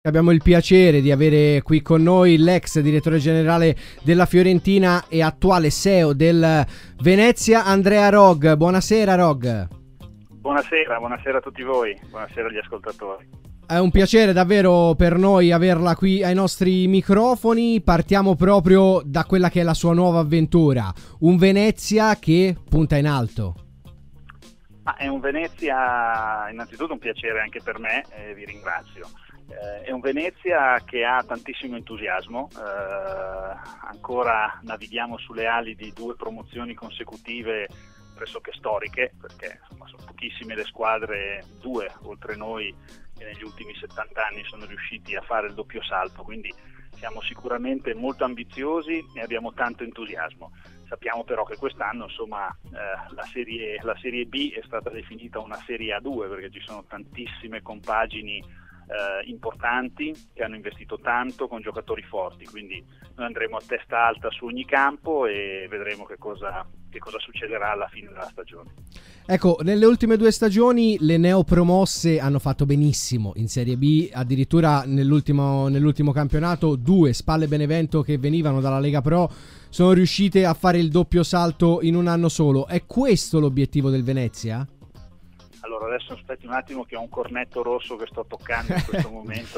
Abbiamo il piacere di avere qui con noi l'ex direttore generale della Fiorentina e attuale CEO del Venezia, Andrea Rog. Buonasera Rog. Buonasera a tutti voi, buonasera agli ascoltatori. È un piacere davvero per noi averla qui ai nostri microfoni. Partiamo proprio da quella che è la sua nuova avventura, un Venezia che punta in alto. È un Venezia, innanzitutto un piacere anche per me, vi ringrazio. È un Venezia che ha tantissimo entusiasmo, ancora navighiamo sulle ali di 2 promozioni consecutive pressoché storiche, perché insomma, sono pochissime le squadre, 2 oltre noi, che negli ultimi 70 anni sono riusciti a fare il doppio salto, quindi siamo sicuramente molto ambiziosi e abbiamo tanto entusiasmo. Sappiamo però che quest'anno insomma, la serie B è stata definita una serie A2 perché ci sono tantissime compagini importanti che hanno investito tanto con giocatori forti, quindi noi andremo a testa alta su ogni campo e vedremo che cosa succederà alla fine della stagione. Ecco, nelle ultime 2 stagioni le neopromosse hanno fatto benissimo in Serie B, addirittura nell'ultimo campionato 2 Spalle Benevento che venivano dalla Lega Pro sono riuscite a fare il doppio salto in un anno solo. È questo l'obiettivo del Venezia? Allora adesso aspetti un attimo che ho un cornetto rosso che sto toccando in questo momento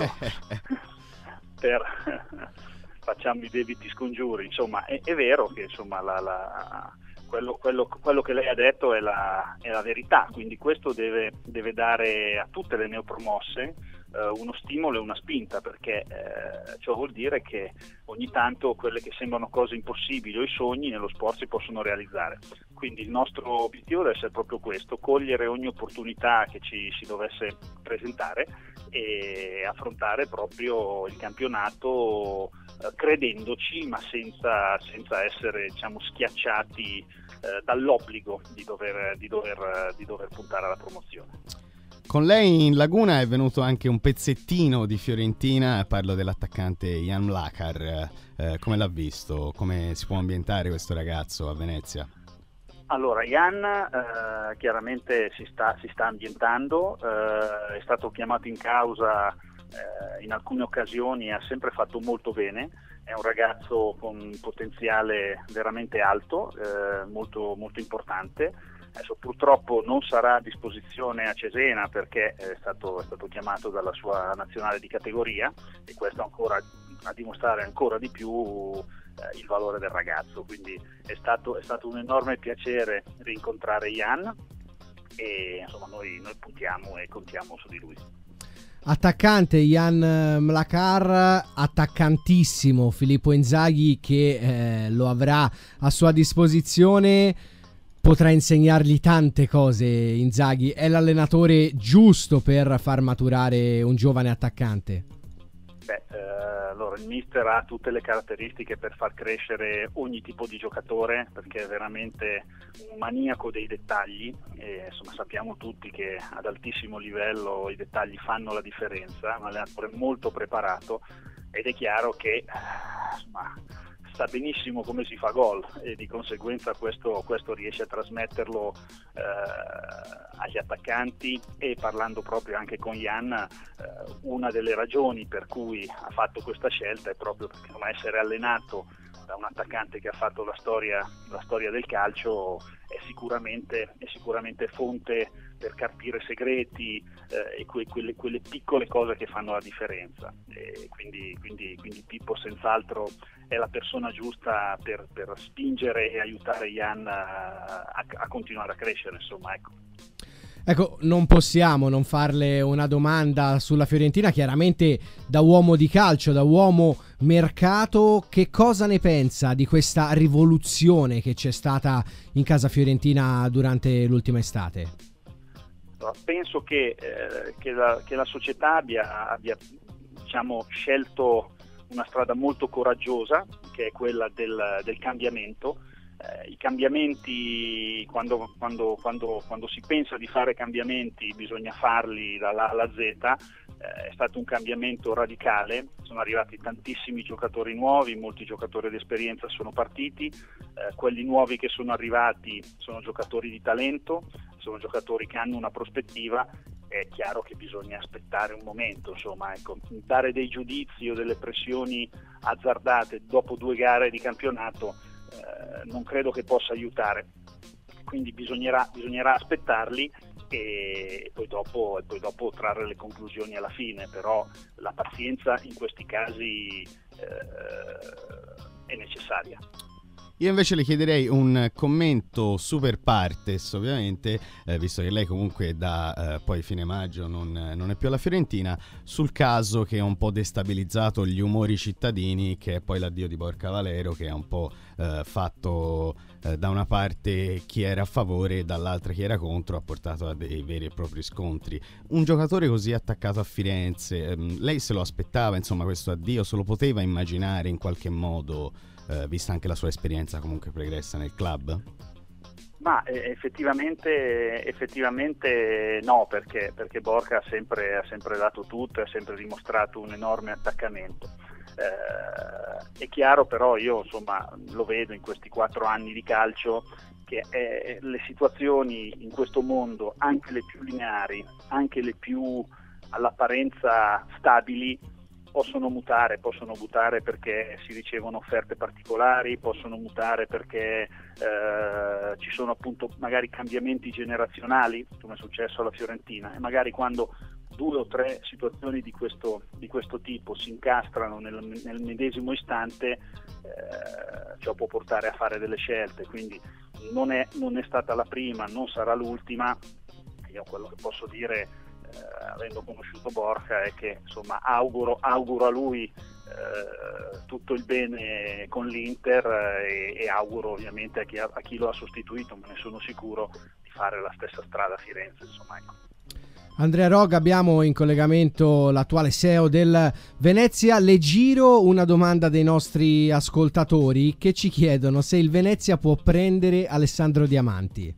facciamo i debiti scongiuri. Insomma è vero che insomma quello che lei ha detto è la verità, quindi questo deve dare a tutte le neopromosse uno stimolo e una spinta, perché ciò vuol dire che ogni tanto quelle che sembrano cose impossibili o i sogni nello sport si possono realizzare. Quindi il nostro obiettivo deve essere proprio questo, cogliere ogni opportunità che ci si dovesse presentare e affrontare proprio il campionato credendoci, ma senza essere, diciamo, schiacciati dall'obbligo di dover puntare alla promozione. Con lei in Laguna è venuto anche un pezzettino di Fiorentina, parlo dell'attaccante Jan Mlakar. Come l'ha visto? Come si può ambientare questo ragazzo a Venezia? Allora, Jan chiaramente si sta ambientando, è stato chiamato in causa in alcune occasioni, ha sempre fatto molto bene, è un ragazzo con un potenziale veramente alto, molto, molto importante. Adesso purtroppo non sarà a disposizione a Cesena perché è stato chiamato dalla sua nazionale di categoria e questo ancora a dimostrare ancora di più il valore del ragazzo, quindi è stato un enorme piacere rincontrare Jan e insomma noi puntiamo e contiamo su di lui. Attaccante Jan Mlakar, attaccantissimo Filippo Inzaghi che lo avrà a sua disposizione, potrà insegnargli tante cose. Inzaghi è l'allenatore giusto per far maturare un giovane attaccante? Allora il mister ha tutte le caratteristiche per far crescere ogni tipo di giocatore, perché è veramente un maniaco dei dettagli e insomma sappiamo tutti che ad altissimo livello i dettagli fanno la differenza, un allenatore molto preparato ed è chiaro che insomma sa benissimo come si fa gol e di conseguenza questo riesce a trasmetterlo agli attaccanti. E parlando proprio anche con Jan, una delle ragioni per cui ha fatto questa scelta è proprio perché essere allenato da un attaccante che ha fatto la storia del calcio è sicuramente fonte per carpire segreti e quelle piccole cose che fanno la differenza. E quindi Pippo senz'altro è la persona giusta per spingere e aiutare Jan a continuare a crescere, insomma, Ecco, non possiamo non farle una domanda sulla Fiorentina, chiaramente da uomo di calcio, da uomo mercato. Che cosa ne pensa di questa rivoluzione che c'è stata in casa fiorentina durante l'ultima estate? Penso che la società abbia diciamo, scelto una strada molto coraggiosa, che è quella del cambiamento. I cambiamenti, quando si pensa di fare cambiamenti bisogna farli dall'A alla Z. È stato un cambiamento radicale, sono arrivati tantissimi giocatori nuovi, molti giocatori d'esperienza sono partiti, quelli nuovi che sono arrivati sono giocatori di talento, sono giocatori che hanno una prospettiva è chiaro che bisogna aspettare un momento, insomma, ecco, dare dei giudizi o delle pressioni azzardate dopo 2 gare di campionato non credo che possa aiutare, quindi bisognerà aspettarli e poi dopo trarre le conclusioni alla fine, però la pazienza in questi casi è necessaria. Io invece le chiederei un commento super partes, ovviamente, visto che lei comunque da poi fine maggio non è più alla Fiorentina, sul caso che ha un po' destabilizzato gli umori cittadini, che è poi l'addio di Borja Valero, che ha un po' fatto da una parte chi era a favore e dall'altra chi era contro, ha portato a dei veri e propri scontri. Un giocatore così attaccato a Firenze, lei se lo aspettava, insomma, questo addio? Se lo poteva immaginare in qualche modo? Vista anche la sua esperienza comunque pregressa nel club? Ma effettivamente no, perché Borja ha sempre dato tutto, ha sempre dimostrato un enorme attaccamento. È chiaro, però io insomma lo vedo in questi 4 anni di calcio che le situazioni in questo mondo, anche le più lineari, anche le più all'apparenza stabili, possono mutare perché si ricevono offerte particolari, possono mutare perché ci sono appunto magari cambiamenti generazionali, come è successo alla Fiorentina, e magari quando 2 o 3 situazioni di questo tipo si incastrano nel medesimo istante, ciò può portare a fare delle scelte, quindi non è stata la prima, non sarà l'ultima. Io quello che posso dire, avendo conosciuto Borja, è che insomma auguro a lui tutto il bene con l'Inter e auguro ovviamente a chi lo ha sostituito, ma ne sono sicuro, di fare la stessa strada a Firenze, insomma, ecco. Andrea Rog, abbiamo in collegamento l'attuale CEO del Venezia. Le giro una domanda dei nostri ascoltatori che ci chiedono se il Venezia può prendere Alessandro Diamanti.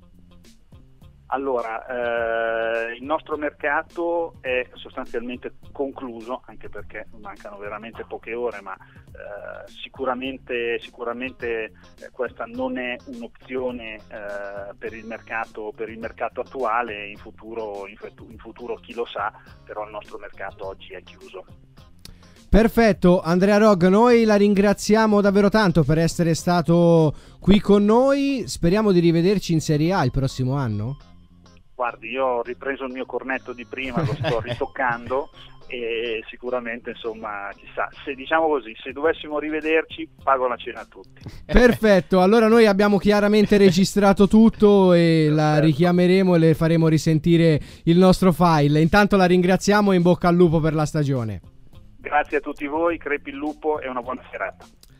Allora, il nostro mercato è sostanzialmente concluso, anche perché mancano veramente poche ore, ma sicuramente questa non è un'opzione per il mercato attuale. In futuro chi lo sa, però il nostro mercato oggi è chiuso. Perfetto, Andrea Rog, noi la ringraziamo davvero tanto per essere stato qui con noi. Speriamo di rivederci in Serie A il prossimo anno. Guardi, io ho ripreso il mio cornetto di prima, lo sto ritoccando e sicuramente, insomma, chissà, se dovessimo rivederci, pago la cena a tutti. Perfetto, allora noi abbiamo chiaramente registrato tutto e la richiameremo e le faremo risentire il nostro file. Intanto la ringraziamo e in bocca al lupo per la stagione. Grazie a tutti voi, crepi il lupo e una buona serata.